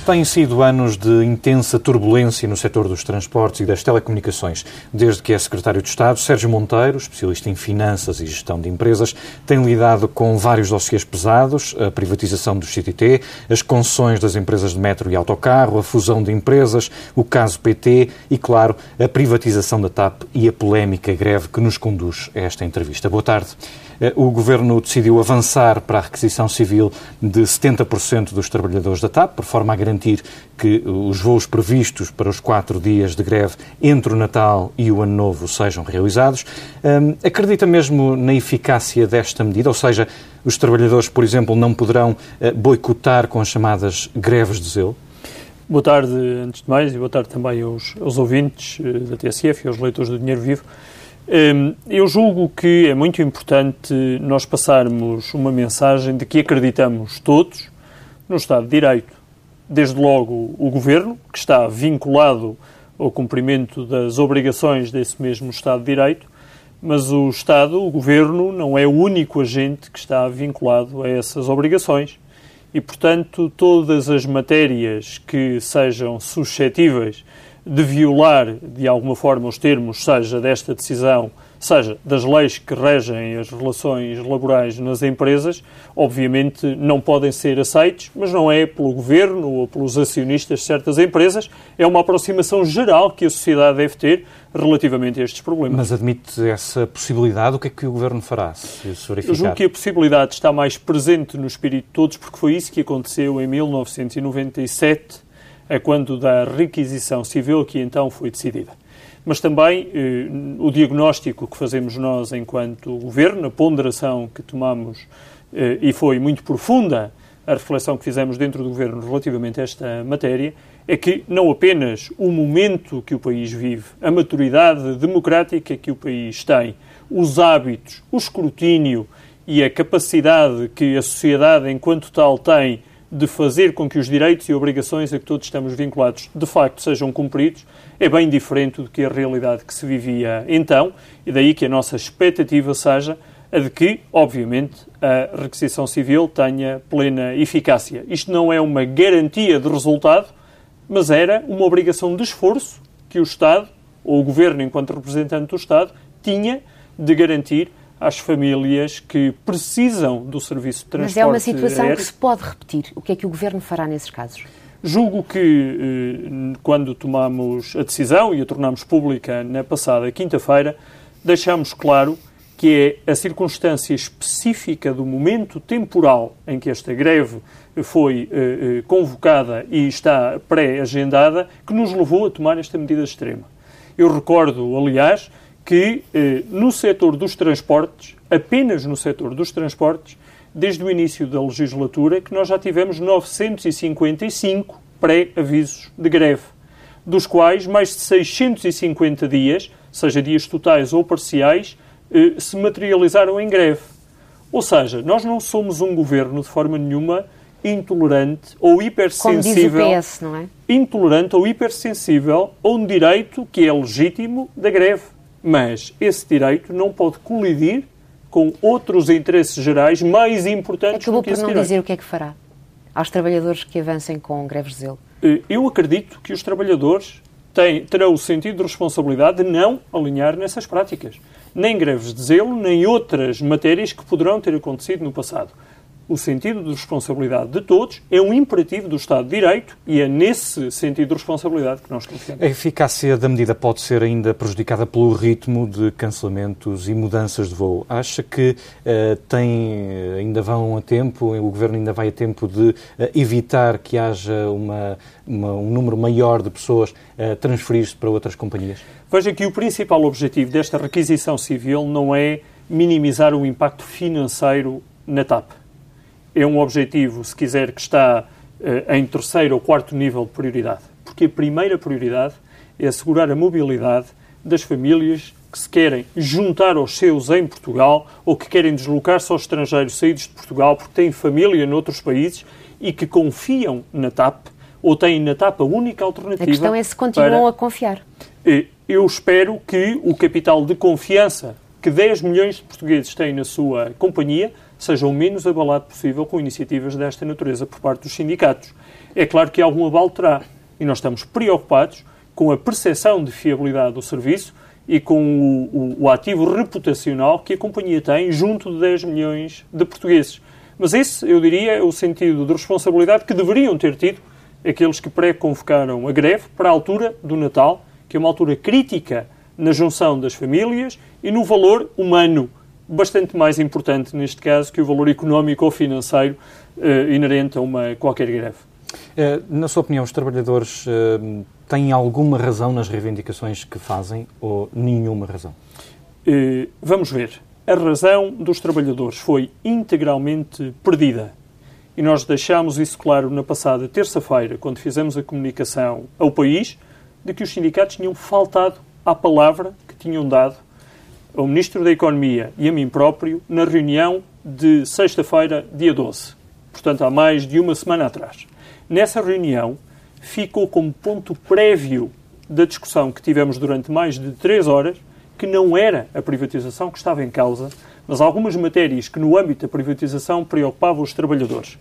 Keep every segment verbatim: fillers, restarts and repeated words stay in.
Têm sido anos de intensa turbulência no setor dos transportes e das telecomunicações. Desde que é secretário de Estado, Sérgio Monteiro, especialista em finanças e gestão de empresas, tem lidado com vários dossiês pesados, a privatização dos C T T, as concessões das empresas de metro e autocarro, a fusão de empresas, o caso P T e, claro, a privatização da TAP e a polémica greve que nos conduz a esta entrevista. Boa tarde. O Governo decidiu avançar para a requisição civil de setenta por cento dos trabalhadores da TAP, por forma a garantir que os voos previstos para os quatro dias de greve entre o Natal e o Ano Novo sejam realizados. Um, acredita mesmo na eficácia desta medida? Ou seja, os trabalhadores, por exemplo, não poderão uh, boicotar com as chamadas greves de zelo? Boa tarde, antes de mais, e boa tarde também aos, aos ouvintes uh, da T S F e aos leitores do Dinheiro Vivo. Eu julgo que é muito importante nós passarmos uma mensagem de que acreditamos todos no Estado de Direito. Desde logo o Governo, que está vinculado ao cumprimento das obrigações desse mesmo Estado de Direito, mas o Estado, o Governo, não é o único agente que está vinculado a essas obrigações. E, portanto, todas as matérias que sejam suscetíveis de violar, de alguma forma, os termos, seja desta decisão, seja das leis que regem as relações laborais nas empresas, obviamente não podem ser aceitos, mas não é pelo Governo ou pelos acionistas de certas empresas, é uma aproximação geral que a sociedade deve ter relativamente a estes problemas. Mas admite essa possibilidade? O que é que o Governo fará, se isso verificar? Eu julgo que a possibilidade está mais presente no espírito de todos, porque foi isso que aconteceu em mil novecentos e noventa e sete, a quando da requisição civil que então foi decidida. Mas também eh, o diagnóstico que fazemos nós enquanto Governo, a ponderação que tomamos, eh, e foi muito profunda a reflexão que fizemos dentro do Governo relativamente a esta matéria, é que não apenas o momento que o país vive, a maturidade democrática que o país tem, os hábitos, o escrutínio e a capacidade que a sociedade enquanto tal tem de fazer com que os direitos e obrigações a que todos estamos vinculados de facto sejam cumpridos, é bem diferente do que a realidade que se vivia então, e daí que a nossa expectativa seja a de que, obviamente, a requisição civil tenha plena eficácia. Isto não é uma garantia de resultado, mas era uma obrigação de esforço que o Estado, ou o Governo enquanto representante do Estado, tinha de garantir às famílias que precisam do serviço de transporte aéreo. Mas é uma situação aéreo. que se pode repetir. O que é que o Governo fará nesses casos? Julgo que, quando tomamos a decisão e a tornamos pública na passada quinta-feira, deixamos claro que é a circunstância específica do momento temporal em que esta greve foi eh, convocada e está pré-agendada que nos levou a tomar esta medida extrema. Eu recordo, aliás, que eh, no setor dos transportes, apenas no setor dos transportes, desde o início da legislatura, que nós já tivemos novecentos e cinquenta e cinco pré-avisos de greve, dos quais mais de seiscentos e cinquenta dias, seja dias totais ou parciais, eh, se materializaram em greve. Ou seja, nós não somos um governo de forma nenhuma intolerante ou hipersensível, como diz o P S, não é? Intolerante ou hipersensível a um direito que é legítimo da greve. Mas esse direito não pode colidir com outros interesses gerais mais importantes Acabou do que esse direito. Acabou por não direito. dizer o que é que fará aos trabalhadores que avancem com greves de zelo. Eu acredito que os trabalhadores têm, terão o sentido de responsabilidade de não alinhar nessas práticas. Nem greves de zelo, nem outras matérias que poderão ter acontecido no passado. O sentido de responsabilidade de todos é um imperativo do Estado de Direito e é nesse sentido de responsabilidade que nós confiamos. A eficácia da medida pode ser ainda prejudicada pelo ritmo de cancelamentos e mudanças de voo. Acha que uh, tem, ainda vão a tempo, o Governo ainda vai a tempo de uh, evitar que haja uma, uma, um número maior de pessoas uh, transferir-se para outras companhias? Veja que o principal objetivo desta requisição civil não é minimizar o impacto financeiro na TAP. É um objetivo, se quiser, que está uh, em terceiro ou quarto nível de prioridade. Porque a primeira prioridade é assegurar a mobilidade das famílias que se querem juntar aos seus em Portugal ou que querem deslocar-se ao estrangeiro saídos de Portugal porque têm família noutros países e que confiam na TAP ou têm na TAP a única alternativa. A questão é se continuam para... a confiar. Eu espero que o capital de confiança que dez milhões de portugueses têm na sua companhia seja o menos abalado possível com iniciativas desta natureza por parte dos sindicatos. É claro que algum abalo terá e nós estamos preocupados com a percepção de fiabilidade do serviço e com o, o, o ativo reputacional que a companhia tem junto de dez milhões de portugueses. Mas esse, eu diria, é o sentido de responsabilidade que deveriam ter tido aqueles que pré-convocaram a greve para a altura do Natal, que é uma altura crítica na junção das famílias e no valor humano, bastante mais importante neste caso que o valor económico ou financeiro eh, inerente a uma qualquer greve. Eh, na sua opinião, os trabalhadores eh, têm alguma razão nas reivindicações que fazem ou nenhuma razão? Eh, vamos ver. A razão dos trabalhadores foi integralmente perdida. E nós deixámos isso claro na passada terça-feira, quando fizemos a comunicação ao país, de que os sindicatos tinham faltado à palavra que tinham dado ao Ministro da Economia e a mim próprio na reunião de sexta-feira, dia doze. Portanto, há mais de uma semana atrás. Nessa reunião, ficou como ponto prévio da discussão que tivemos durante mais de três horas, que não era a privatização que estava em causa, mas algumas matérias que no âmbito da privatização preocupavam os trabalhadores.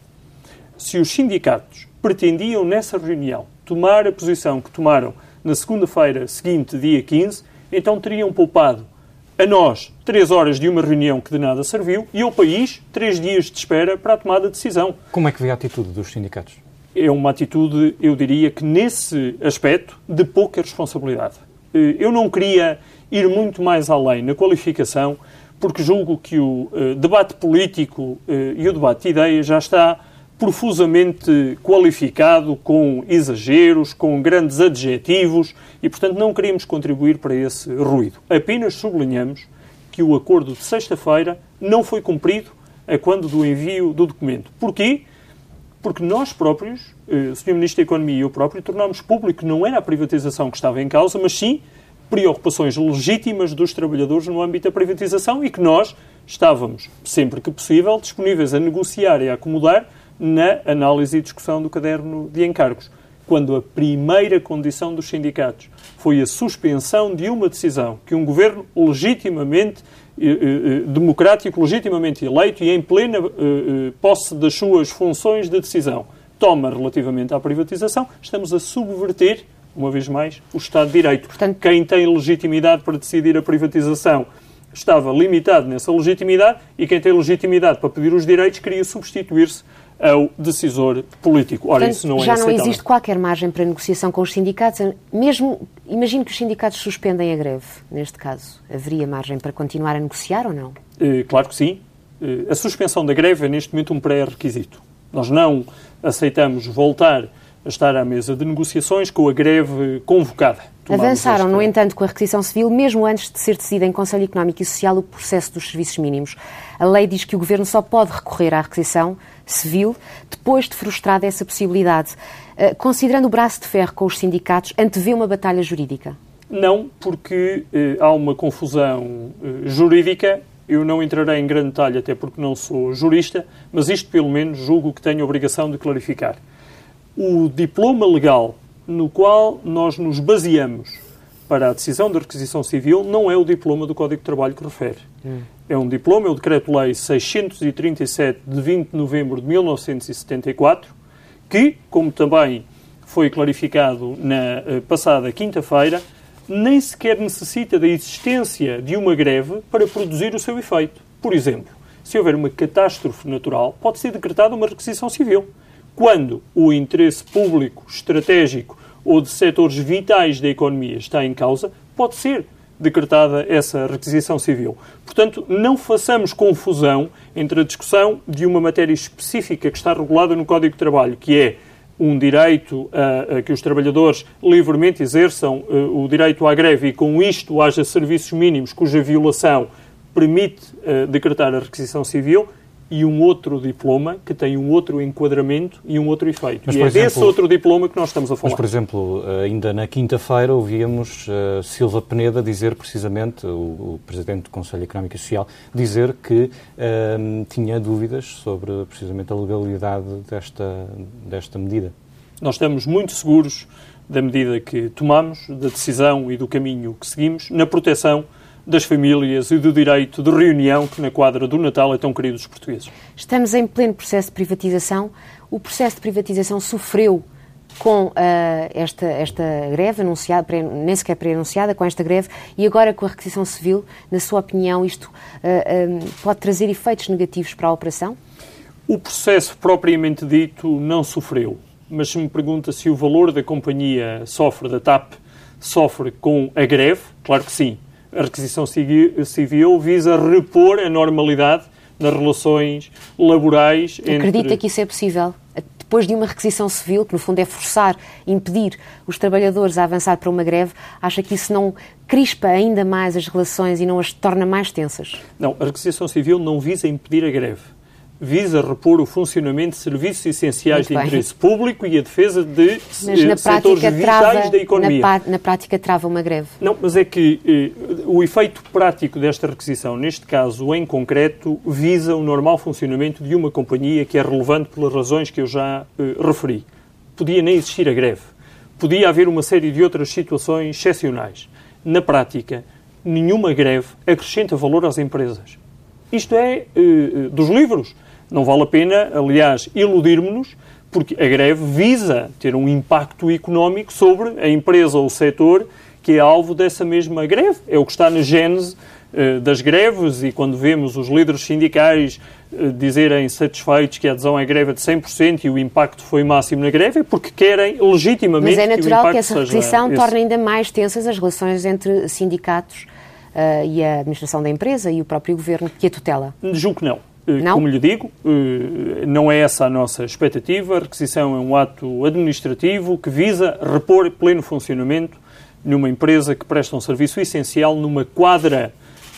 Se os sindicatos pretendiam nessa reunião tomar a posição que tomaram na segunda-feira seguinte, dia quinze, então teriam poupado a nós três horas de uma reunião que de nada serviu e ao país três dias de espera para a tomada de decisão. Como é que vê a atitude dos sindicatos? É uma atitude, eu diria que nesse aspecto, de pouca responsabilidade. Eu não queria ir muito mais além na qualificação, porque julgo que o uh, debate político uh, e o debate de ideias já está profusamente qualificado, com exageros, com grandes adjetivos, e, portanto, não queríamos contribuir para esse ruído. Apenas sublinhamos que o acordo de sexta-feira não foi cumprido a quando do envio do documento. Porquê? Porque nós próprios, o senhor Ministro da Economia e eu próprio, tornámos público que não era a privatização que estava em causa, mas sim preocupações legítimas dos trabalhadores no âmbito da privatização e que nós estávamos, sempre que possível, disponíveis a negociar e a acomodar na análise e discussão do caderno de encargos. Quando a primeira condição dos sindicatos foi a suspensão de uma decisão que um governo legitimamente eh, eh, democrático, legitimamente eleito e em plena eh, eh, posse das suas funções de decisão toma relativamente à privatização, estamos a subverter, uma vez mais, o Estado de Direito. Portanto, quem tem legitimidade para decidir a privatização estava limitado nessa legitimidade e quem tem legitimidade para pedir os direitos queria substituir-se ao decisor político. Ora, Portanto, isso não é já aceitável. não existe qualquer margem para negociação com os sindicatos. Mesmo, imagino que os sindicatos suspendem a greve, neste caso. Haveria margem para continuar a negociar ou não? Eh, claro que sim. Eh, a suspensão da greve é, neste momento, um pré-requisito. Nós não aceitamos voltar a estar à mesa de negociações com a greve convocada. Avançaram, no entanto, com a requisição civil, mesmo antes de ser decidido em Conselho Económico e Social o processo dos serviços mínimos. A lei diz que o Governo só pode recorrer à requisição civil depois de frustrada essa possibilidade. Considerando o braço de ferro com os sindicatos, antevê uma batalha jurídica? Não, porque eh, há uma confusão eh, jurídica. Eu não entrarei em grande detalhe, até porque não sou jurista, mas isto, pelo menos, julgo que tenho a obrigação de clarificar. O diploma legal no qual nós nos baseamos para a decisão da requisição civil não é o diploma do Código de Trabalho que refere. Hum. É um diploma, é o Decreto-Lei seiscentos e trinta e sete, de vinte de novembro de mil novecentos e setenta e quatro, que, como também foi clarificado na uh, passada quinta-feira, nem sequer necessita da existência de uma greve para produzir o seu efeito. Por exemplo, se houver uma catástrofe natural, pode ser decretada uma requisição civil. Quando o interesse público, estratégico ou de setores vitais da economia está em causa, pode ser decretada essa requisição civil. Portanto, não façamos confusão entre a discussão de uma matéria específica que está regulada no Código de Trabalho, que é um direito a, a que os trabalhadores livremente exerçam uh, o direito à greve e com isto haja serviços mínimos cuja violação permite uh, decretar a requisição civil, e um outro diploma que tem um outro enquadramento e um outro efeito. Mas, e é exemplo, desse outro diploma que nós estamos a falar. Mas, por exemplo, ainda na quinta-feira ouvíamos uh, Silva Peneda dizer precisamente, o, o Presidente do Conselho Económico e Social, dizer que uh, tinha dúvidas sobre precisamente a legalidade desta, desta medida. Nós estamos muito seguros da medida que tomamos, da decisão e do caminho que seguimos, na proteção das famílias e do direito de reunião que, na quadra do Natal, é tão querido dos portugueses. Estamos em pleno processo de privatização. O processo de privatização sofreu com uh, esta, esta greve anunciada, pré, nem sequer pré-anunciada, com esta greve, e agora com a requisição civil, na sua opinião, isto uh, uh, pode trazer efeitos negativos para a operação? O processo propriamente dito não sofreu, mas se me pergunta se o valor da companhia sofre, da T A P, sofre com a greve, claro que sim. A requisição civil visa repor a normalidade nas relações laborais entre... Acredita que isso é possível? Depois de uma requisição civil, que no fundo é forçar, impedir os trabalhadores a avançar para uma greve, acha que isso não crispa ainda mais as relações e não as torna mais tensas? Não, a requisição civil não visa impedir a greve. Visa repor o funcionamento de serviços essenciais de interesse público e a defesa de mas setores vitais da economia. Na, na prática trava uma greve. Não, mas é que eh, o efeito prático desta requisição, neste caso em concreto, visa o normal funcionamento de uma companhia que é relevante pelas razões que eu já eh, referi. Podia nem existir a greve. Podia haver uma série de outras situações excepcionais. Na prática, nenhuma greve acrescenta valor às empresas. Isto é eh, dos livros. Não vale a pena, aliás, iludirmos-nos, porque a greve visa ter um impacto económico sobre a empresa ou o setor que é alvo dessa mesma greve. É o que está na gênese uh, das greves, e quando vemos os líderes sindicais uh, dizerem satisfeitos que a adesão à greve é de cem por cento e o impacto foi máximo na greve, é porque querem legitimamente que o impacto seja... Mas é natural que essa requisição torne ainda mais tensas as relações entre sindicatos uh, e a administração da empresa e o próprio governo que a tutela. Julgo que não. Não? Como lhe digo, não é essa a nossa expectativa. A requisição é um ato administrativo que visa repor pleno funcionamento numa empresa que presta um serviço essencial numa quadra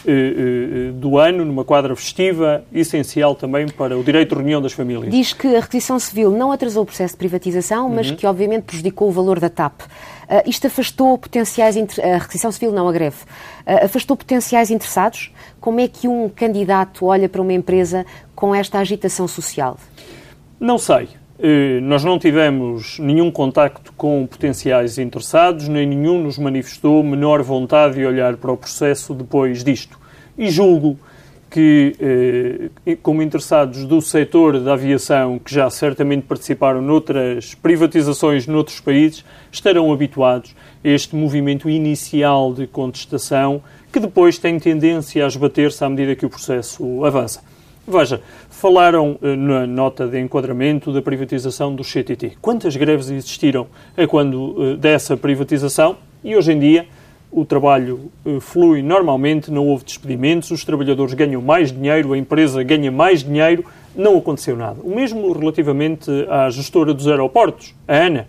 do ano, numa quadra festiva, essencial também para o direito de reunião das famílias. Diz que a requisição civil não atrasou o processo de privatização, mas uhum. que obviamente prejudicou o valor da T A P. Uh, isto afastou potenciais... Inter... A requisição civil, não a greve. Uh, afastou potenciais interessados? Como é que um candidato olha para uma empresa com esta agitação social? Não sei. Uh, nós não tivemos nenhum contacto com potenciais interessados, nem nenhum nos manifestou menor vontade de olhar para o processo depois disto. E julgo que, uh, como interessados do setor da aviação, que já certamente participaram noutras privatizações noutros países, estarão habituados a este movimento inicial de contestação, que depois tem tendência a esbater-se à medida que o processo avança. Veja, falaram uh, na nota de enquadramento da privatização do C T T. Quantas greves existiram a quando uh, dessa privatização? E hoje em dia o trabalho uh, flui normalmente, não houve despedimentos, os trabalhadores ganham mais dinheiro, a empresa ganha mais dinheiro, não aconteceu nada. O mesmo relativamente à gestora dos aeroportos, a ANA.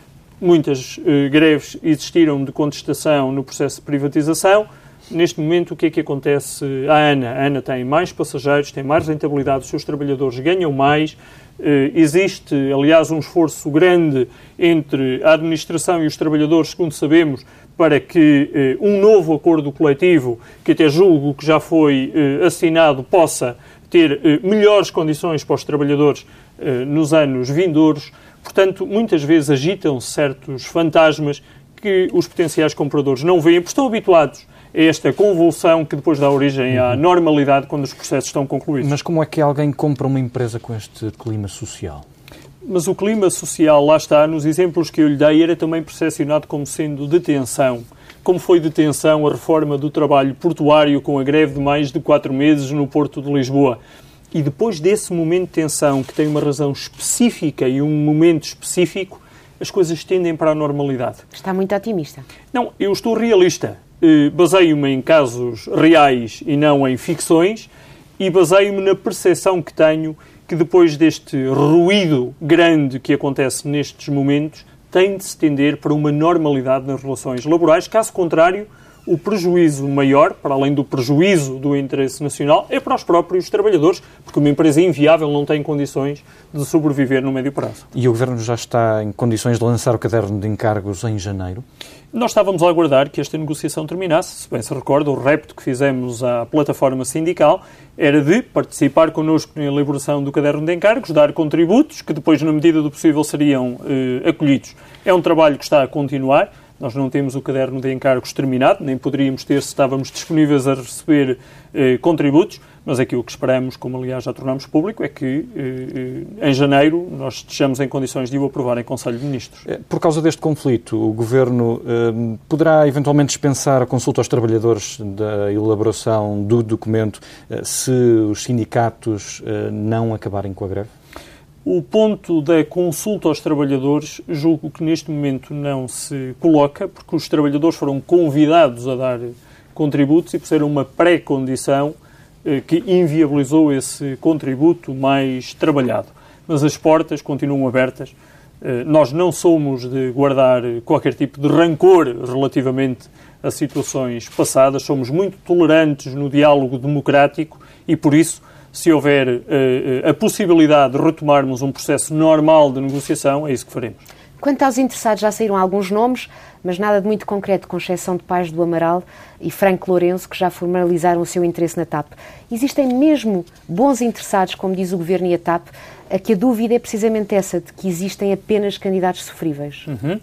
Muitas uh, greves existiram de contestação no processo de privatização. Neste momento, o que é que acontece à ANA? A ANA tem mais passageiros, tem mais rentabilidade, os seus trabalhadores ganham mais. Uh, existe, aliás, um esforço grande entre a administração e os trabalhadores, segundo sabemos, para que uh, um novo acordo coletivo, que até julgo que já foi uh, assinado, possa ter uh, melhores condições para os trabalhadores uh, nos anos vindouros. Portanto, muitas vezes agitam-se certos fantasmas que os potenciais compradores não veem, porque estão habituados a esta convulsão que depois dá origem à normalidade quando os processos estão concluídos. Mas como é que alguém compra uma empresa com este clima social? Mas o clima social, lá está, nos exemplos que eu lhe dei, era também percepcionado como sendo de tensão. Como foi de tensão a reforma do trabalho portuário com a greve de mais de quatro meses no Porto de Lisboa. E depois desse momento de tensão, que tem uma razão específica e um momento específico, as coisas tendem para a normalidade. Está muito otimista. Não, eu estou realista. Uh, baseio-me em casos reais e não em ficções, e baseio-me na percepção que tenho que depois deste ruído grande que acontece nestes momentos, tem de se tender para uma normalidade nas relações laborais. Caso contrário, o prejuízo maior, para além do prejuízo do interesse nacional, é para os próprios trabalhadores, porque uma empresa inviável não tem condições de sobreviver no médio prazo. E o Governo já está em condições de lançar o caderno de encargos em janeiro? Nós estávamos a aguardar que esta negociação terminasse. Se bem se recorda, o repto que fizemos à plataforma sindical era de participar connosco na elaboração do caderno de encargos, dar contributos que depois, na medida do possível, seriam eh, acolhidos. É um trabalho que está a continuar. Nós não temos o caderno de encargos terminado, nem poderíamos ter se estávamos disponíveis a receber eh, contributos, mas aquilo que esperamos, como aliás já tornamos público, é que eh, em janeiro nós estejamos em condições de o aprovar em Conselho de Ministros. Por causa deste conflito, o Governo eh, poderá eventualmente dispensar a consulta aos trabalhadores da elaboração do documento eh, se os sindicatos eh, não acabarem com a greve? O ponto da consulta aos trabalhadores, julgo que neste momento não se coloca, porque os trabalhadores foram convidados a dar contributos e por ser uma pré-condição eh, que inviabilizou esse contributo mais trabalhado. Mas as portas continuam abertas. Eh, nós não somos de guardar qualquer tipo de rancor relativamente a situações passadas, somos muito tolerantes no diálogo democrático e, por isso, se houver uh, a possibilidade de retomarmos um processo normal de negociação, é isso que faremos. Quanto aos interessados, já saíram alguns nomes, mas nada de muito concreto, com exceção de Pais do Amaral e Franco Lourenço, que já formalizaram o seu interesse na T A P. Existem mesmo bons interessados, como diz o Governo e a T A P, a que a dúvida é precisamente essa, de que existem apenas candidatos sofríveis. Uhum.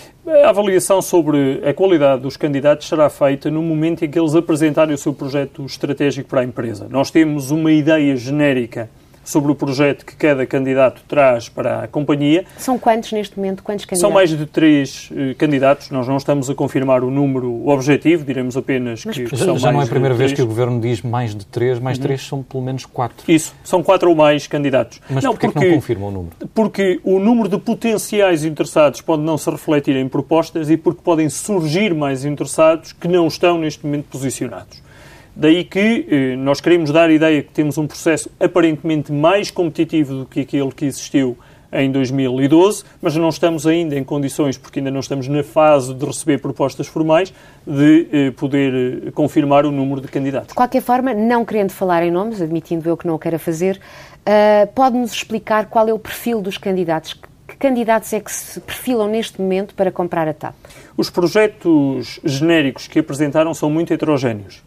A avaliação sobre a qualidade dos candidatos será feita no momento em que eles apresentarem o seu projeto estratégico para a empresa. Nós temos uma ideia genérica sobre o projeto que cada candidato traz para a companhia. São quantos neste momento? Quantos candidatos? São mais de três uh, candidatos. Nós não estamos a confirmar o número objetivo, diremos apenas Mas, que, que já, são já mais não é a primeira vez três. que o Governo diz mais de três, mais uhum. três são pelo menos quatro. Isso, são quatro ou mais candidatos. Mas não, porquê porque, que não confirmam o número? Porque o número de potenciais interessados pode não se refletir em propostas e porque podem surgir mais interessados que não estão neste momento posicionados. Daí que eh, nós queremos dar a ideia que temos um processo aparentemente mais competitivo do que aquele que existiu em dois mil e doze, mas não estamos ainda em condições, porque ainda não estamos na fase de receber propostas formais, de eh, poder eh, confirmar o número de candidatos. De qualquer forma, não querendo falar em nomes, admitindo eu que não o queira fazer, uh, pode-nos explicar qual é o perfil dos candidatos? Que candidatos é que se perfilam neste momento para comprar a T A P? Os projetos genéricos que apresentaram são muito heterogéneos,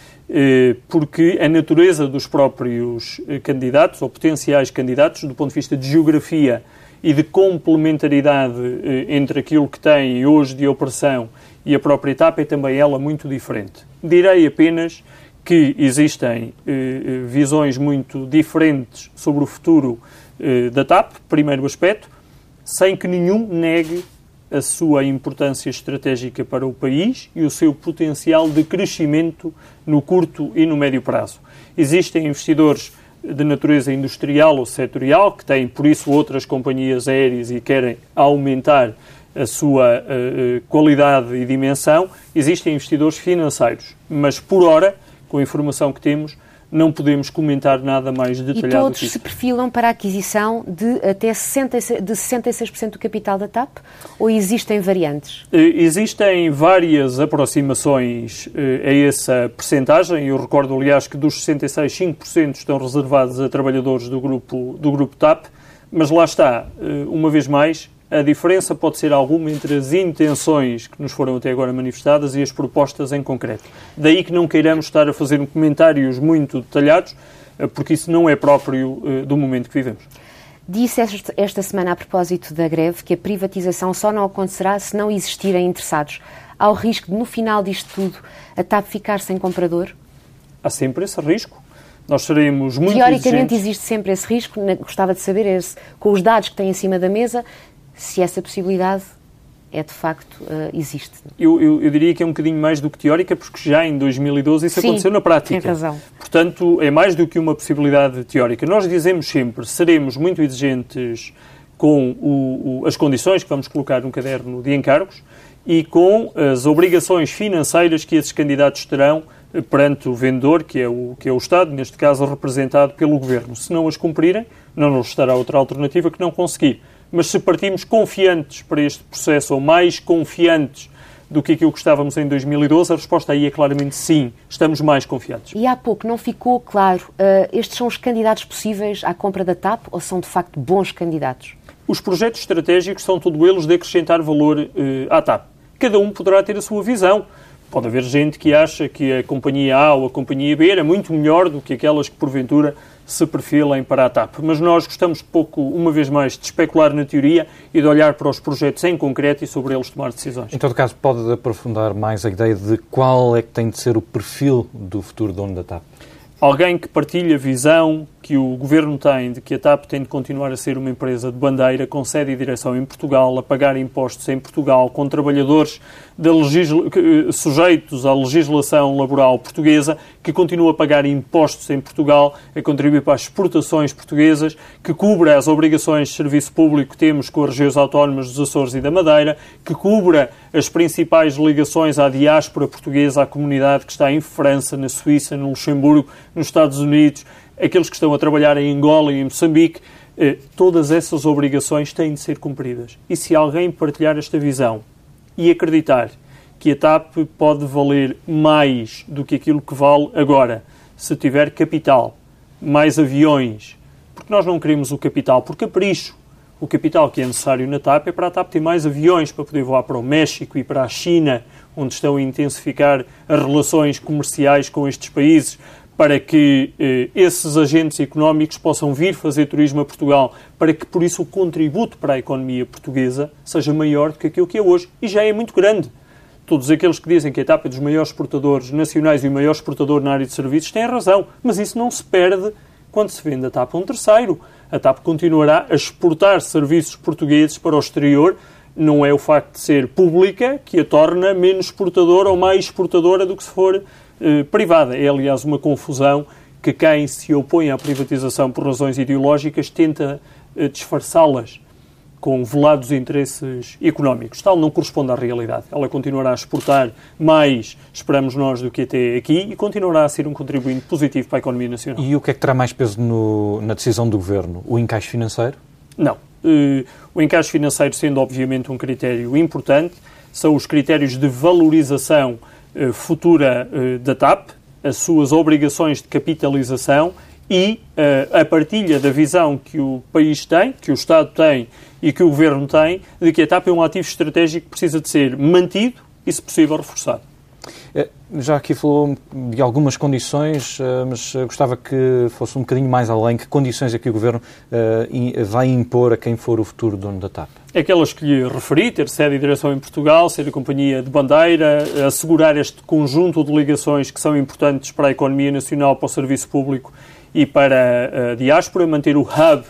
porque a natureza dos próprios candidatos, ou potenciais candidatos, do ponto de vista de geografia e de complementaridade entre aquilo que tem hoje de operação e a própria T A P, é também ela muito diferente. Direi apenas que existem visões muito diferentes sobre o futuro da T A P, primeiro aspecto, sem que nenhum negue a sua importância estratégica para o país e o seu potencial de crescimento no curto e no médio prazo. Existem investidores de natureza industrial ou setorial, que têm, por isso, outras companhias aéreas e querem aumentar a sua uh, qualidade e dimensão. Existem investidores financeiros, mas, por hora, com a informação que temos, não podemos comentar nada mais detalhado. E todos que isso. se perfilam para a aquisição de até sessenta e seis, de sessenta e seis por cento do capital da T A P? Ou existem variantes? Existem várias aproximações a essa percentagem. Eu recordo, aliás, que dos sessenta e seis, cinco por cento estão reservados a trabalhadores do grupo, do grupo T A P, mas lá está, uma vez mais, a diferença pode ser alguma entre as intenções que nos foram até agora manifestadas e as propostas em concreto. Daí que não queiramos estar a fazer comentários muito detalhados, porque isso não é próprio do momento que vivemos. Disse esta semana, a propósito da greve, que a privatização só não acontecerá se não existirem interessados. Há o risco de, no final disto tudo, a T A P ficar sem comprador? Há sempre esse risco. Nós seremos muito Teoricamente exigentes. Existe sempre esse risco. Gostava de saber, esse, com os dados que têm em cima da mesa, se essa possibilidade é de facto uh, existe. Eu, eu, eu diria que é um bocadinho mais do que teórica, porque já em dois mil e doze isso Sim, aconteceu na prática. Tem razão. Portanto, é mais do que uma possibilidade teórica. Nós dizemos sempre, seremos muito exigentes com o, o, as condições que vamos colocar no caderno de encargos e com as obrigações financeiras que esses candidatos terão perante o vendedor, que é o, que é o Estado, neste caso representado pelo Governo. Se não as cumprirem, não nos restará outra alternativa que não conseguir. Mas se partimos confiantes para este processo, ou mais confiantes do que aquilo que estávamos em dois mil e doze, a resposta aí é claramente sim, estamos mais confiantes. E há pouco não ficou claro, uh, estes são os candidatos possíveis à compra da T A P ou são de facto bons candidatos? Os projetos estratégicos são todos eles de acrescentar valor uh, à T A P. Cada um poderá ter a sua visão. Pode haver gente que acha que a companhia A ou a companhia B era muito melhor do que aquelas que porventura se perfilem para a TAP. Mas nós gostamos pouco, uma vez mais, de especular na teoria e de olhar para os projetos em concreto e sobre eles tomar decisões. Em todo caso, pode aprofundar mais a ideia de qual é que tem de ser o perfil do futuro dono da TAP? Alguém que partilha a visão que o Governo tem de que a TAP tem de continuar a ser uma empresa de bandeira, com sede e direção em Portugal, a pagar impostos em Portugal, com trabalhadores da legisla... sujeitos à legislação laboral portuguesa, que continua a pagar impostos em Portugal, a contribuir para as exportações portuguesas, que cubra as obrigações de serviço público que temos com as regiões autónomas dos Açores e da Madeira, que cubra as principais ligações à diáspora portuguesa, à comunidade que está em França, na Suíça, no Luxemburgo, nos Estados Unidos, aqueles que estão a trabalhar em Angola e em Moçambique, eh, todas essas obrigações têm de ser cumpridas. E se alguém partilhar esta visão e acreditar que a TAP pode valer mais do que aquilo que vale agora, se tiver capital, mais aviões, porque nós não queremos o capital por capricho. O capital que é necessário na TAP é para a TAP ter mais aviões para poder voar para o México e para a China, onde estão a intensificar as relações comerciais com estes países, para que eh, esses agentes económicos possam vir fazer turismo a Portugal, para que, por isso, o contributo para a economia portuguesa seja maior do que aquilo que é hoje. E já é muito grande. Todos aqueles que dizem que a TAP é dos maiores exportadores nacionais e o maior exportador na área de serviços têm razão. Mas isso não se perde quando se vende a TAP a um terceiro. A TAP continuará a exportar serviços portugueses para o exterior. Não é o facto de ser pública que a torna menos exportadora ou mais exportadora do que se for eh, privada. É, aliás, uma confusão que quem se opõe à privatização por razões ideológicas tenta eh, disfarçá-las com velados interesses económicos. Tal não corresponde à realidade. Ela continuará a exportar mais, esperamos nós, do que até aqui e continuará a ser um contribuinte positivo para a economia nacional. E o que é que terá mais peso no, na decisão do Governo? O encaixe financeiro? Não. Uh, o encaixe financeiro sendo, obviamente, um critério importante, são os critérios de valorização uh, futura uh, da TAP, as suas obrigações de capitalização e uh, a partilha da visão que o país tem, que o Estado tem e que o Governo tem, de que a TAP é um ativo estratégico que precisa de ser mantido e, se possível, reforçado. Já aqui falou de algumas condições, mas gostava que fosse um bocadinho mais além. Que condições é que o Governo vai impor a quem for o futuro dono da TAP? Aquelas que lhe referi, ter sede e direção em Portugal, ser a companhia de bandeira, assegurar este conjunto de ligações que são importantes para a economia nacional, para o serviço público e para a diáspora, manter o hub,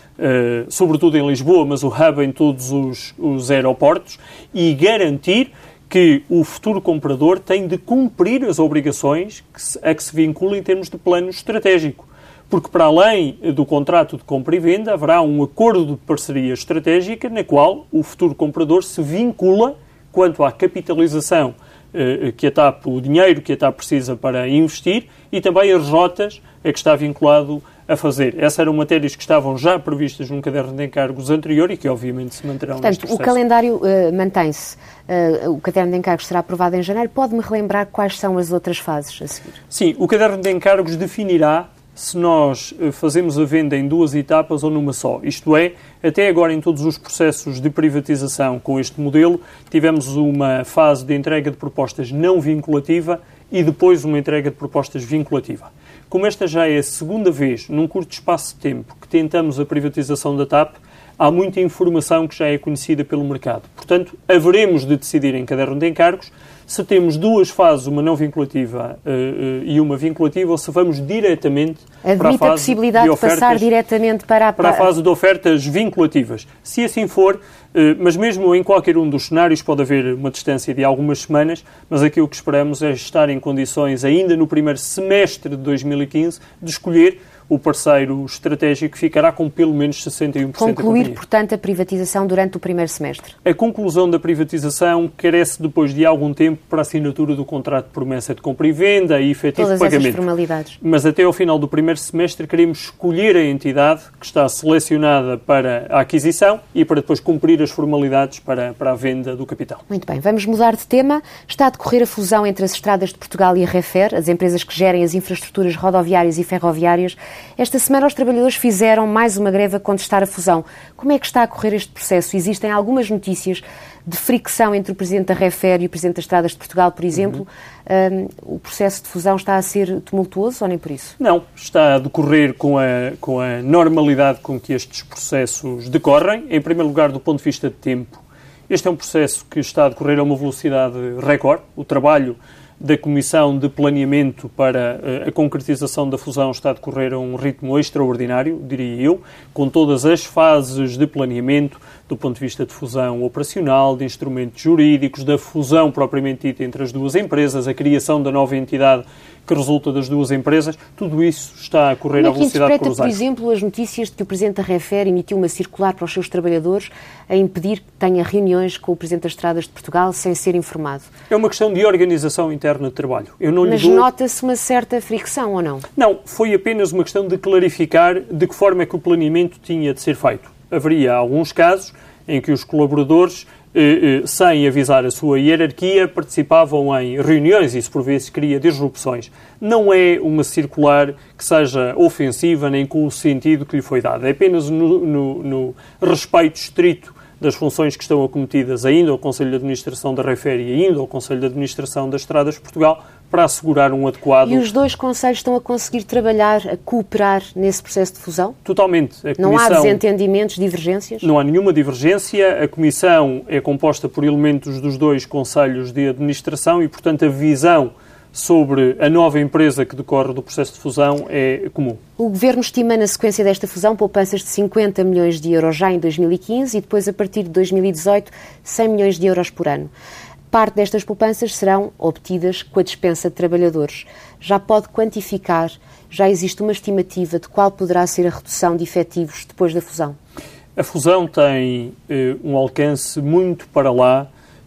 Uh, sobretudo em Lisboa, mas o hub em todos os, os aeroportos, e garantir que o futuro comprador tem de cumprir as obrigações que se, a que se vincula em termos de plano estratégico. Porque, para além do contrato de compra e venda, haverá um acordo de parceria estratégica na qual o futuro comprador se vincula quanto à capitalização uh, que a TAP, o dinheiro que a TAP precisa para investir e também as rotas a que está vinculado a fazer. Essas eram matérias que estavam já previstas num caderno de encargos anterior e que, obviamente, se manterão Portanto, neste processo. O calendário uh, mantém-se. Uh, o caderno de encargos será aprovado em janeiro. Pode-me relembrar quais são as outras fases a seguir? Sim, o caderno de encargos definirá se nós uh, fazemos a venda em duas etapas ou numa só. Isto é, até agora, em todos os processos de privatização com este modelo, tivemos uma fase de entrega de propostas não vinculativa e depois uma entrega de propostas vinculativa. Como esta já é a segunda vez, num curto espaço de tempo, que tentamos a privatização da TAP, há muita informação que já é conhecida pelo mercado. Portanto, haveremos de decidir em caderno de encargos se temos duas fases, uma não vinculativa uh, uh, e uma vinculativa, ou se vamos diretamente Admite para a fase a possibilidade de, ofertas, de passar diretamente para a... para a fase de ofertas vinculativas. Se assim for, uh, mas mesmo em qualquer um dos cenários pode haver uma distância de algumas semanas, mas aquilo que esperamos é estar em condições, ainda no primeiro semestre de dois mil e quinze, de escolher o parceiro estratégico que ficará com pelo menos sessenta e um por cento da companhia. Concluir, portanto, a privatização durante o primeiro semestre. A conclusão da privatização carece depois de algum tempo para a assinatura do contrato de promessa de compra e venda e efetivo Todas pagamento. essas formalidades. Mas até ao final do primeiro semestre queremos escolher a entidade que está selecionada para a aquisição e para depois cumprir as formalidades para, para a venda do capital. Muito bem, vamos mudar de tema. Está a decorrer a fusão entre as Estradas de Portugal e a Refer, as empresas que gerem as infraestruturas rodoviárias e ferroviárias. Esta semana os trabalhadores fizeram mais uma greve a contestar a fusão. Como é que está a correr este processo? Existem algumas notícias de fricção entre o Presidente da Refer e o Presidente das Estradas Estradas de Portugal, por exemplo, uhum. um, o processo de fusão está a ser tumultuoso ou nem por isso? Não, está a decorrer com a, com a normalidade com que estes processos decorrem. Em primeiro lugar, do ponto de vista de tempo, este é um processo que está a decorrer a uma velocidade recorde. O trabalho da Comissão de Planeamento para a concretização da fusão está a decorrer a um ritmo extraordinário, diria eu, com todas as fases de planeamento, do ponto de vista de fusão operacional, de instrumentos jurídicos, da fusão propriamente dita entre as duas empresas, a criação da nova entidade que resulta das duas empresas, tudo isso está a correr à velocidade cruzada. Por exemplo, as notícias de que o Presidente da Refer emitiu uma circular para os seus trabalhadores a impedir que tenha reuniões com o Presidente das Estradas de Portugal sem ser informado? É uma questão de organização interna de trabalho. Eu não Mas lhe dou... nota-se uma certa fricção ou não? Não, foi apenas uma questão de clarificar de que forma é que o planeamento tinha de ser feito. Haveria alguns casos em que os colaboradores, eh, eh, sem avisar a sua hierarquia, participavam em reuniões e isso por vezes cria disrupções. Não é uma circular que seja ofensiva nem com o sentido que lhe foi dado. É apenas no, no, no respeito estrito das funções que estão acometidas ainda ao Conselho de Administração da Refer e ainda ao Conselho de Administração das Estradas de Portugal para assegurar um adequado... E os dois conselhos estão a conseguir trabalhar, a cooperar nesse processo de fusão? Totalmente. A Não comissão... há desentendimentos, divergências? Não há nenhuma divergência. A Comissão é composta por elementos dos dois Conselhos de Administração e, portanto, a visão sobre a nova empresa que decorre do processo de fusão é comum. O Governo estima, na sequência desta fusão, poupanças de cinquenta milhões de euros já em dois mil e quinze e depois, a partir de dois mil e dezoito, cem milhões de euros por ano. Parte destas poupanças serão obtidas com a dispensa de trabalhadores. Já pode quantificar, já existe uma estimativa de qual poderá ser a redução de efetivos depois da fusão? A fusão tem eh, um alcance muito para lá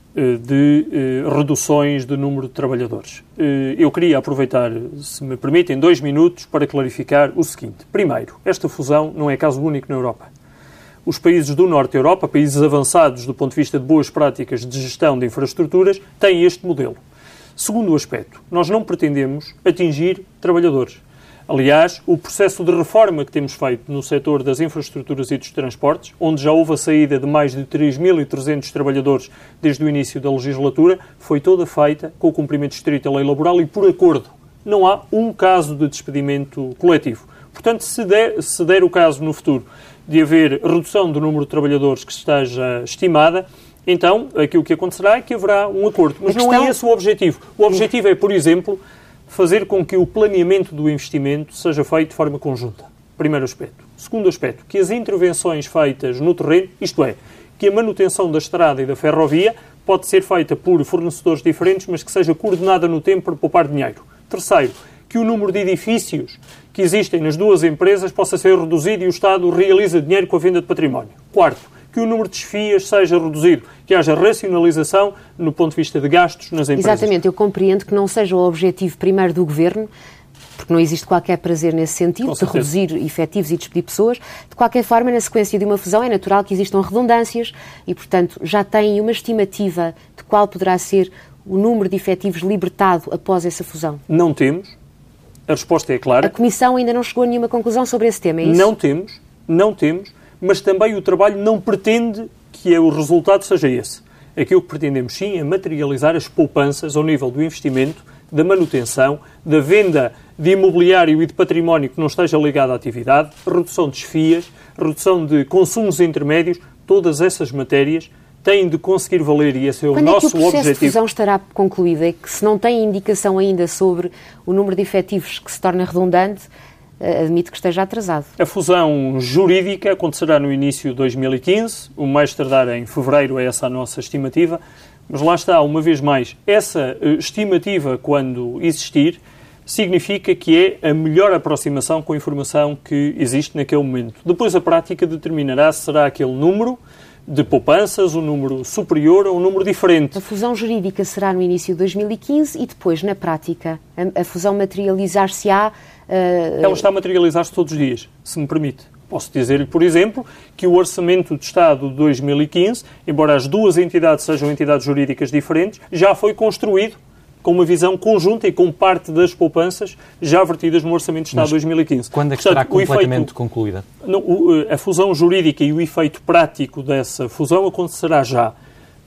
de eh, reduções do número de trabalhadores. Eh, eu queria aproveitar, se me permitem, dois minutos para clarificar o seguinte. Primeiro, esta fusão não é caso único na Europa. Os países do Norte da Europa, países avançados do ponto de vista de boas práticas de gestão de infraestruturas, têm este modelo. Segundo aspecto, nós não pretendemos atingir trabalhadores. Aliás, o processo de reforma que temos feito no setor das infraestruturas e dos transportes, onde já houve a saída de mais de três mil e trezentos trabalhadores desde o início da legislatura, foi toda feita com o cumprimento estrito da lei laboral e por acordo. Não há um caso de despedimento coletivo. Portanto, se der, se der o caso no futuro de haver redução do número de trabalhadores que esteja estimada, então aquilo que acontecerá é que haverá um acordo. Mas não é esse o objetivo. O objetivo é, por exemplo, fazer com que o planeamento do investimento seja feito de forma conjunta. Primeiro aspecto. Segundo aspecto, que as intervenções feitas no terreno, isto é, que a manutenção da estrada e da ferrovia pode ser feita por fornecedores diferentes, mas que seja coordenada no tempo para poupar dinheiro. Terceiro, que o número de edifícios que existem nas duas empresas possa ser reduzido e o Estado realiza dinheiro com a venda de património. Quarto, que o número de desfias seja reduzido, que haja racionalização no ponto de vista de gastos nas empresas. Exatamente, eu compreendo que não seja o objetivo primeiro do Governo, porque não existe qualquer prazer nesse sentido, de reduzir efetivos e despedir pessoas. De qualquer forma, na sequência de uma fusão é natural que existam redundâncias e, portanto, já têm uma estimativa de qual poderá ser o número de efetivos libertado após essa fusão? Não temos. A resposta é clara. A Comissão ainda não chegou a nenhuma conclusão sobre esse tema, é isso? Não temos, não temos. Mas também o trabalho não pretende que o resultado seja esse. Aquilo que pretendemos, sim, é materializar as poupanças ao nível do investimento, da manutenção, da venda de imobiliário e de património que não esteja ligado à atividade, redução de desfias, redução de consumos intermédios, todas essas matérias têm de conseguir valer e esse é o Quando nosso objetivo. Quando é que o processo objetivo. de fusão estará concluído? É que se não tem indicação ainda sobre o número de efetivos que se torna redundante, admito que esteja atrasado. A fusão jurídica acontecerá no início de dois mil e quinze, o mais tardar em fevereiro, é essa a nossa estimativa, mas lá está, uma vez mais, essa estimativa, quando existir, significa que é a melhor aproximação com a informação que existe naquele momento. Depois a prática determinará se será aquele número de poupanças, um número superior ou um número diferente. A fusão jurídica será no início de dois mil e quinze e depois, na prática, a, a fusão materializar-se-á... Uh... Ela está a materializar-se todos os dias, se me permite. Posso dizer-lhe, por exemplo, que o Orçamento de Estado de dois mil e quinze, embora as duas entidades sejam entidades jurídicas diferentes, já foi construído com uma visão conjunta e com parte das poupanças já vertidas no Orçamento de Estado de dois mil e quinze. Quando é que Portanto, estará completamente efeito, concluída? Não, o, a fusão jurídica e o efeito prático dessa fusão acontecerá já.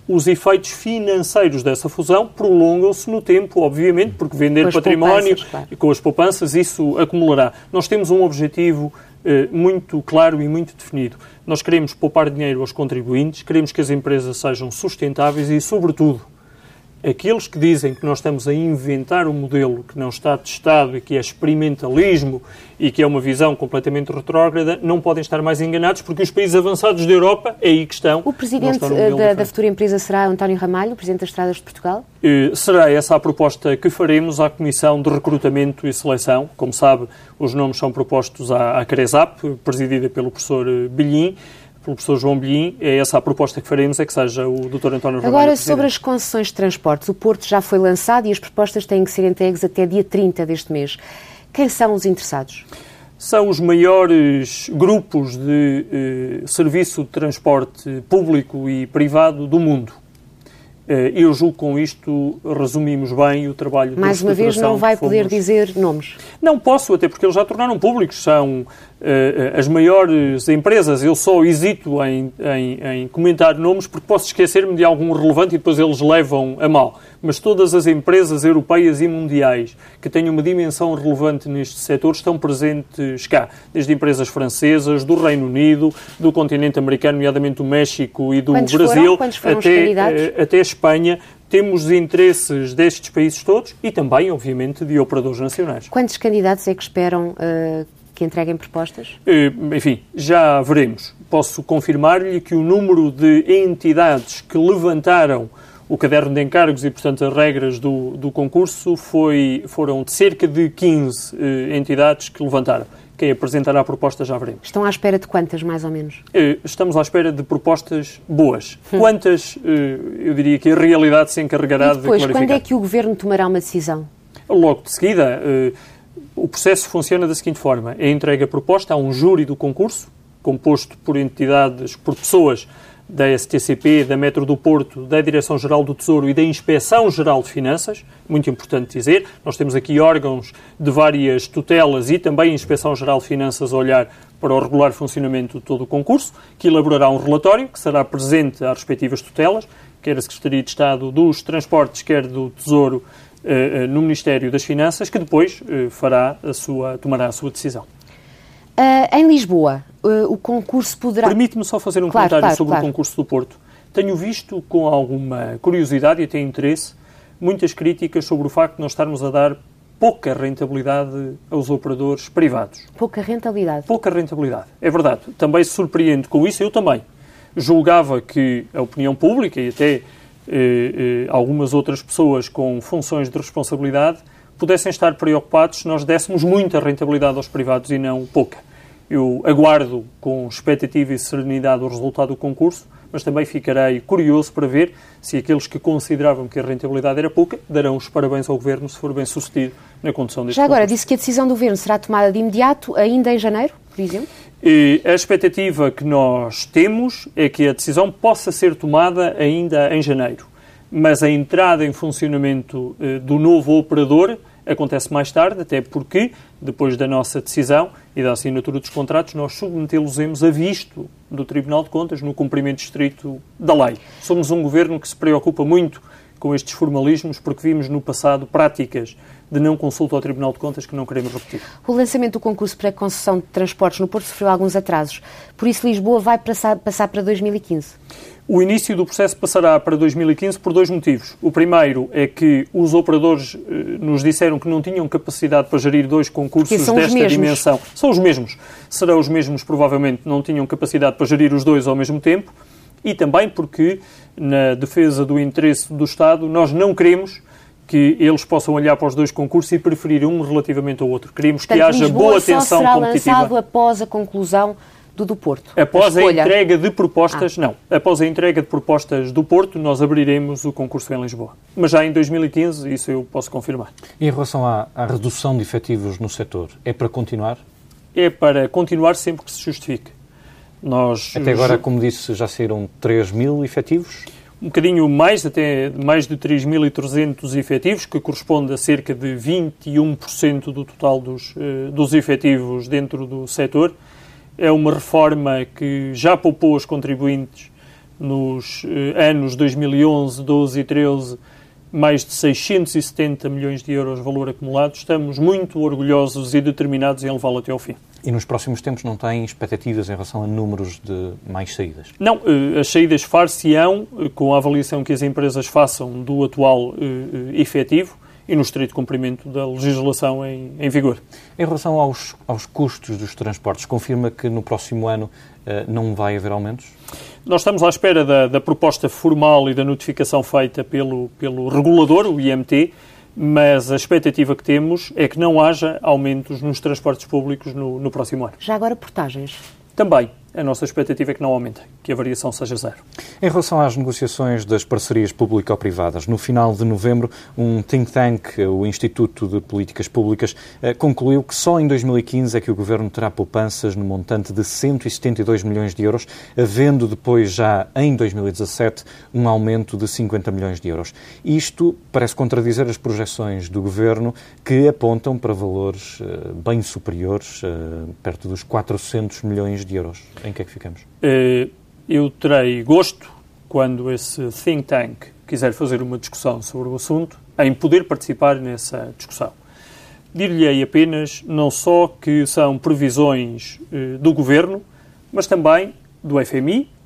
os efeitos financeiros dessa fusão prolongam-se no tempo, obviamente, porque vender com património claro. e com as poupanças isso acumulará. Nós temos um objetivo eh, muito claro e muito definido. Nós queremos poupar dinheiro aos contribuintes, queremos que as empresas sejam sustentáveis e, sobretudo, aqueles que dizem que nós estamos a inventar um modelo que não está testado e que é experimentalismo e que é uma visão completamente retrógrada, não podem estar mais enganados, porque os países avançados da Europa é aí que estão. O presidente da, da futura empresa será António Ramalho, o presidente das Estradas de Portugal? Eh, será essa a proposta que faremos à Comissão de Recrutamento e Seleção. Como sabe, os nomes são propostos à, à CRESAP, presidida pelo professor Bilhin, pelo professor João Bilhin. É essa a proposta que faremos, é que seja o doutor António Ramalho. Agora, sobre as concessões de transportes, o Porto já foi lançado e as propostas têm que ser entregues até dia trinta deste mês. Quem são os interessados? São os maiores grupos de eh, serviço de transporte público e privado do mundo. Eh, eu julgo que com isto resumimos bem o trabalho de Mais uma vez, não vai fomos... poder dizer nomes? Não posso, até porque eles já tornaram públicos. São eh, as maiores empresas. Eu só hesito em, em, em comentar nomes porque posso esquecer-me de algum relevante e depois eles levam a mal. Mas todas as empresas europeias e mundiais que tenham uma dimensão relevante neste setor estão presentes cá. Desde empresas francesas, do Reino Unido, do continente americano, nomeadamente do México e do Quantos Brasil, foram? Quantos foram até, os candidatos? até a Espanha. Temos os interesses destes países todos e também, obviamente, de operadores nacionais. Quantos candidatos é que esperam uh, que entreguem propostas? Uh, enfim, já veremos. Posso confirmar-lhe que o número de entidades que levantaram o caderno de encargos e, portanto, as regras do, do concurso foi, foram de cerca de quinze uh, entidades que levantaram. Quem apresentará a proposta já veremos. Estão à espera de quantas, mais ou menos? Uh, estamos à espera de propostas boas. Hum. Quantas, uh, eu diria que a realidade se encarregará e depois, de clarificar. Quando é que o Governo tomará uma decisão? Logo de seguida. Uh, o processo funciona da seguinte forma. É entregue a proposta a um júri do concurso, composto por entidades, por pessoas da S T C P, da Metro do Porto, da Direção-Geral do Tesouro e da Inspeção-Geral de Finanças. Muito importante dizer. Nós temos aqui órgãos de várias tutelas e também a Inspeção-Geral de Finanças a olhar para o regular funcionamento de todo o concurso, que elaborará um relatório que será presente às respectivas tutelas, quer a Secretaria de Estado dos Transportes, quer do Tesouro, eh, no Ministério das Finanças, que depois eh, fará a sua, tomará a sua decisão. Uh, em Lisboa, uh, o concurso poderá... Permite-me só fazer um claro, comentário claro, sobre claro. o concurso do Porto. Tenho visto com alguma curiosidade e até interesse muitas críticas sobre o facto de nós estarmos a dar pouca rentabilidade aos operadores privados. Pouca rentabilidade? Pouca rentabilidade, é verdade. Também se surpreende com isso, eu também. Julgava que a opinião pública e até eh, eh, algumas outras pessoas com funções de responsabilidade pudessem estar preocupados se nós dessemos muita rentabilidade aos privados e não pouca. Eu aguardo com expectativa e serenidade o resultado do concurso, mas também ficarei curioso para ver se aqueles que consideravam que a rentabilidade era pouca darão os parabéns ao Governo se for bem sucedido na condução deste Já agora, concurso. disse que a decisão do Governo será tomada de imediato, ainda em janeiro, por exemplo? E a expectativa que nós temos é que a decisão possa ser tomada ainda em janeiro, mas a entrada em funcionamento eh, do novo operador acontece mais tarde, até porque, depois da nossa decisão e da assinatura dos contratos, nós submetê-los-emos a visto do Tribunal de Contas no cumprimento estrito da lei. Somos um governo que se preocupa muito com estes formalismos porque vimos no passado práticas de não consulta ao Tribunal de Contas que não queremos repetir. O lançamento do concurso para a concessão de transportes no Porto sofreu alguns atrasos. Por isso, Lisboa vai passar, passar para dois mil e quinze. O início do processo passará para dois mil e quinze por dois motivos. O primeiro é que os operadores eh, nos disseram que não tinham capacidade para gerir dois concursos desta dimensão. São os mesmos. Serão os mesmos, provavelmente, não tinham capacidade para gerir os dois ao mesmo tempo. E também porque, na defesa do interesse do Estado, nós não queremos que eles possam olhar para os dois concursos e preferir um relativamente ao outro. Queremos Portanto, que haja Lisboa boa tensão será competitiva. lançado após a conclusão do do Porto. Após a, a entrega de propostas, ah. não. Após a entrega de propostas do Porto, nós abriremos o concurso em Lisboa. Mas já em dois mil e quinze, isso eu posso confirmar. E em relação à, à redução de efetivos no setor, é para continuar? É para continuar sempre que se justifique. Nós, Até agora, como disse, já saíram três mil efetivos? Um bocadinho mais, até mais de três mil e trezentos efetivos, que corresponde a cerca de vinte e um por cento do total dos, dos efetivos dentro do setor. É uma reforma que já poupou os contribuintes nos eh, anos dois mil e onze, doze e treze, mais de seiscentos e setenta milhões de euros de valor acumulado. Estamos muito orgulhosos e determinados em levá-lo até ao fim. E nos próximos tempos não têm expectativas em relação a números de mais saídas? Não, as saídas far-se-ão com a avaliação que as empresas façam do atual efetivo e no estrito cumprimento da legislação em, em vigor. Em relação aos, aos custos dos transportes, confirma que no próximo ano uh, não vai haver aumentos? Nós estamos à espera da, da proposta formal e da notificação feita pelo, pelo regulador, o I M T, mas a expectativa que temos é que não haja aumentos nos transportes públicos no, no próximo ano. Já agora portagens? Também. A nossa expectativa é que não aumentem, que a variação seja zero. Em relação às negociações das parcerias público-privadas, no final de novembro, um think tank, o Instituto de Políticas Públicas, concluiu que só em dois mil e quinze é que o Governo terá poupanças no montante de cento e setenta e dois milhões de euros, havendo depois já em dois mil e dezassete um aumento de cinquenta milhões de euros. Isto parece contradizer as projeções do Governo, que apontam para valores uh, bem superiores, uh, perto dos quatrocentos milhões de euros. Em que é que ficamos? Eu terei gosto, quando esse think tank quiser fazer uma discussão sobre o assunto, em poder participar nessa discussão. Dir-lhe-ei apenas, não só que são previsões do Governo, mas também do F M I,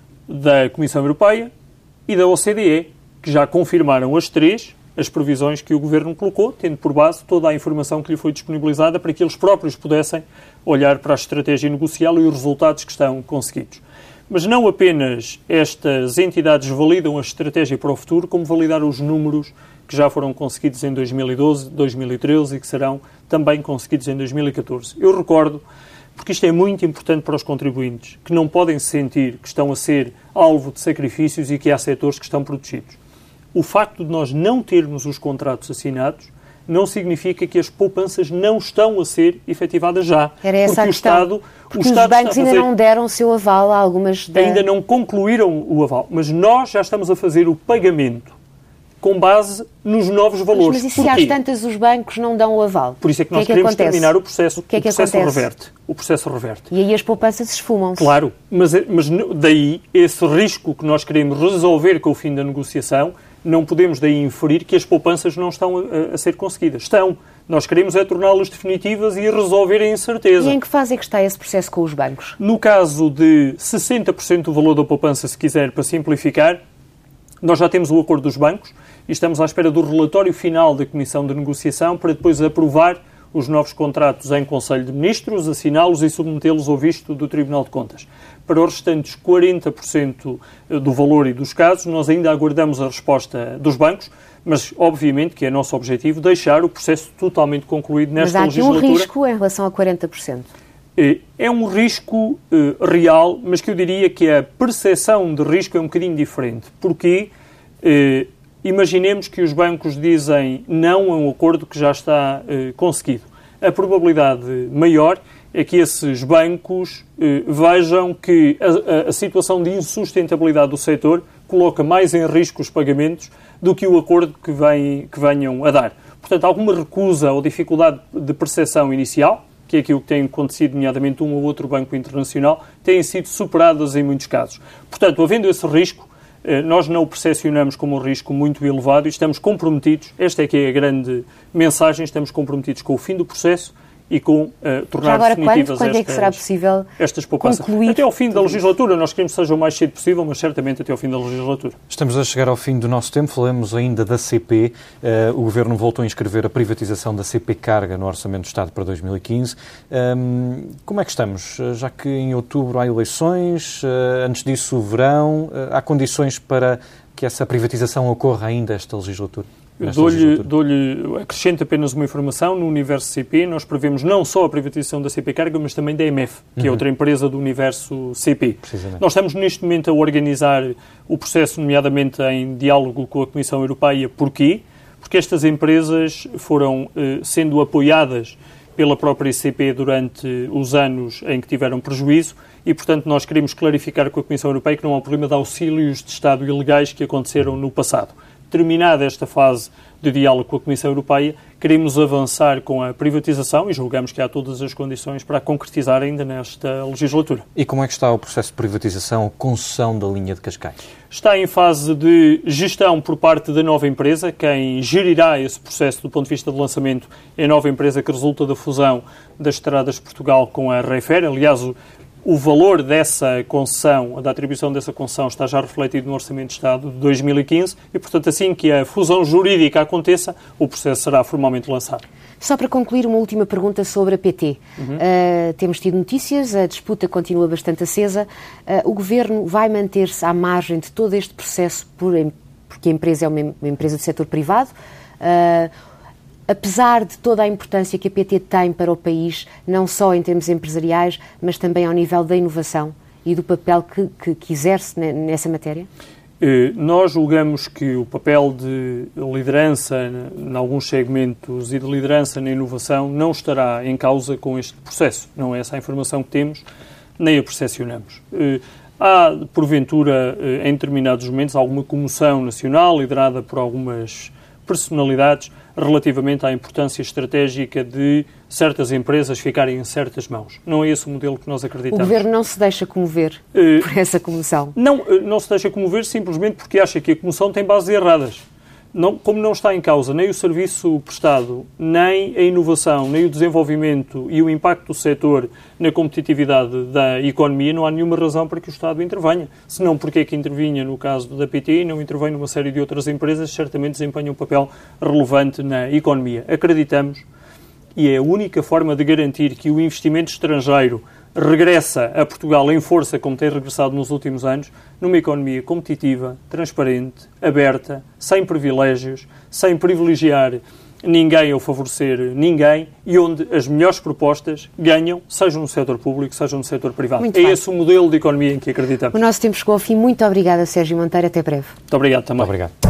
da Comissão Europeia e da O C D E, que já confirmaram as três as previsões que o Governo colocou, tendo por base toda a informação que lhe foi disponibilizada para que eles próprios pudessem olhar para a estratégia negocial e os resultados que estão conseguidos. Mas não apenas estas entidades validam a estratégia para o futuro, como validaram os números que já foram conseguidos em dois mil e doze, dois mil e treze e que serão também conseguidos em dois mil e catorze. Eu recordo, porque isto é muito importante para os contribuintes, que não podem sentir que estão a ser alvo de sacrifícios e que há setores que estão protegidos. O facto de nós não termos os contratos assinados não significa que as poupanças não estão a ser efetivadas já. Era essa a questão. Estado, porque o Estado os bancos ainda não deram o seu aval a algumas... Da... Ainda não concluíram o aval, mas nós já estamos a fazer o pagamento com base nos novos valores. Mas, mas e se às tantas os bancos não dão o aval? Por isso é que nós que é que queremos acontece? terminar o processo. O que é que o processo acontece? reverte. O processo reverte. E aí as poupanças esfumam-se. Claro, mas, mas daí esse risco que nós queremos resolver com o fim da negociação, não podemos daí inferir que as poupanças não estão a, a ser conseguidas. Estão. Nós queremos é torná-las definitivas e resolver a incerteza. E em que fase é que está esse processo com os bancos? No caso de sessenta por cento do valor da poupança, se quiser, para simplificar, nós já temos o acordo dos bancos e estamos à espera do relatório final da Comissão de Negociação para depois aprovar os novos contratos em Conselho de Ministros, assiná-los e submetê-los ao visto do Tribunal de Contas. Para os restantes quarenta por cento do valor e dos casos, nós ainda aguardamos a resposta dos bancos, mas obviamente que é nosso objetivo deixar o processo totalmente concluído nesta legislatura. Mas há aqui um risco em relação a quarenta por cento. É um risco uh, real, mas que eu diria que a percepção de risco é um bocadinho diferente. Porque uh, imaginemos que os bancos dizem não a um acordo que já está uh, conseguido. A probabilidade maior é que esses bancos uh, vejam que a, a, a situação de insustentabilidade do setor coloca mais em risco os pagamentos do que o acordo que, vem, que venham a dar. Portanto, alguma recusa ou dificuldade de percepção inicial, que é aquilo que tem acontecido, nomeadamente um ou outro banco internacional, têm sido superadas em muitos casos. Portanto, havendo esse risco, nós não o percepcionamos como um risco muito elevado e estamos comprometidos, esta é que é a grande mensagem, estamos comprometidos com o fim do processo e com uh, tornar agora, definitivas quando, quando estas, é que será possível estas poupanças. Concluir até ao fim da legislatura, nós queremos que seja o mais cedo possível, mas certamente até ao fim da legislatura. Estamos a chegar ao fim do nosso tempo, falamos ainda da C P. Uh, o Governo voltou a inscrever a privatização da C P Carga no Orçamento do Estado para dois mil e quinze. Um, como é que estamos? Já que em outubro há eleições, uh, antes disso o verão, uh, há condições para que essa privatização ocorra ainda esta legislatura? Dou-lhe, dou-lhe, acrescento apenas uma informação. No universo C P, nós prevemos não só a privatização da C P Carga, mas também da E M F, que uhum. é outra empresa do universo C P. Nós estamos neste momento a organizar o processo, nomeadamente em diálogo com a Comissão Europeia. Porquê? Porque estas empresas foram eh, sendo apoiadas pela própria C P durante os anos em que tiveram prejuízo e, portanto, nós queremos clarificar com a Comissão Europeia que não há um problema de auxílios de Estado ilegais que aconteceram no passado. terminada esta fase de diálogo com a Comissão Europeia, queremos avançar com a privatização e julgamos que há todas as condições para a concretizar ainda nesta legislatura. E como é que está o processo de privatização, a concessão da linha de Cascais? Está em fase de gestão por parte da nova empresa. Quem gerirá esse processo do ponto de vista de lançamento é a nova empresa que resulta da fusão das Estradas de Portugal com a Reifer. Aliás, o O valor dessa concessão, da atribuição dessa concessão, está já refletido no Orçamento de Estado de dois mil e quinze e, portanto, assim que a fusão jurídica aconteça, o processo será formalmente lançado. Só para concluir, uma última pergunta sobre a P T. Uhum. Uh, temos tido notícias, a disputa continua bastante acesa. Uh, o Governo vai manter-se à margem de todo este processo por, porque a empresa é uma, uma empresa do setor privado. Uh, Apesar de toda a importância que a P T tem para o país, não só em termos empresariais, mas também ao nível da inovação e do papel que, que, que exerce nessa matéria? Nós julgamos que o papel de liderança em alguns segmentos e de liderança na inovação não estará em causa com este processo. Não é essa a informação que temos, nem a percepcionamos. Há, porventura, em determinados momentos, alguma comoção nacional liderada por algumas personalidades relativamente à importância estratégica de certas empresas ficarem em certas mãos. Não é esse o modelo que nós acreditamos. O Governo não se deixa comover uh, por essa comoção? Não, não se deixa comover simplesmente porque acha que a comoção tem bases erradas. Não, como não está em causa nem o serviço prestado, nem a inovação, nem o desenvolvimento e o impacto do setor na competitividade da economia, não há nenhuma razão para que o Estado intervenha. Se não, porque é que intervinha no caso da P T e não intervém numa série de outras empresas que certamente desempenham um papel relevante na economia. Acreditamos, e é a única forma de garantir que o investimento estrangeiro regressa a Portugal em força, como tem regressado nos últimos anos, numa economia competitiva, transparente, aberta, sem privilégios, sem privilegiar ninguém ou favorecer ninguém e onde as melhores propostas ganham, sejam no setor público, sejam no setor privado. Muito é bem. Esse o modelo de economia em que acreditamos. O nosso tempo chegou ao fim. Muito obrigada, Sérgio Monteiro. Até breve. Muito obrigado também. Muito obrigado.